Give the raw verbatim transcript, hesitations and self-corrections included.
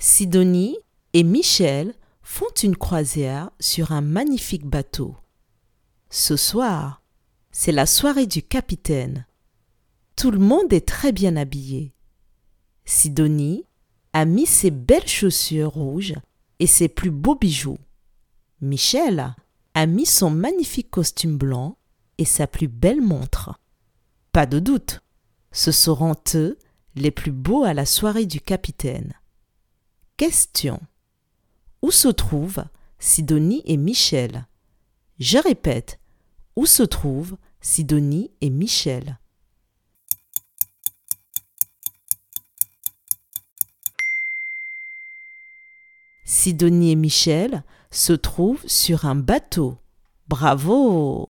Sidonie et Michel font une croisière sur un magnifique bateau. Ce soir, c'est la soirée du capitaine. Tout le monde est très bien habillé. Sidonie a mis ses belles chaussures rouges et ses plus beaux bijoux. Michel a mis son magnifique costume blanc et sa plus belle montre. Pas de doute, ce seront eux les plus beaux à la soirée du capitaine. Question. Où se trouvent Sidonie et Michel? Je répète, où se trouvent Sidonie et Michel? Sidonie et Michel se trouvent sur un bateau. Bravo!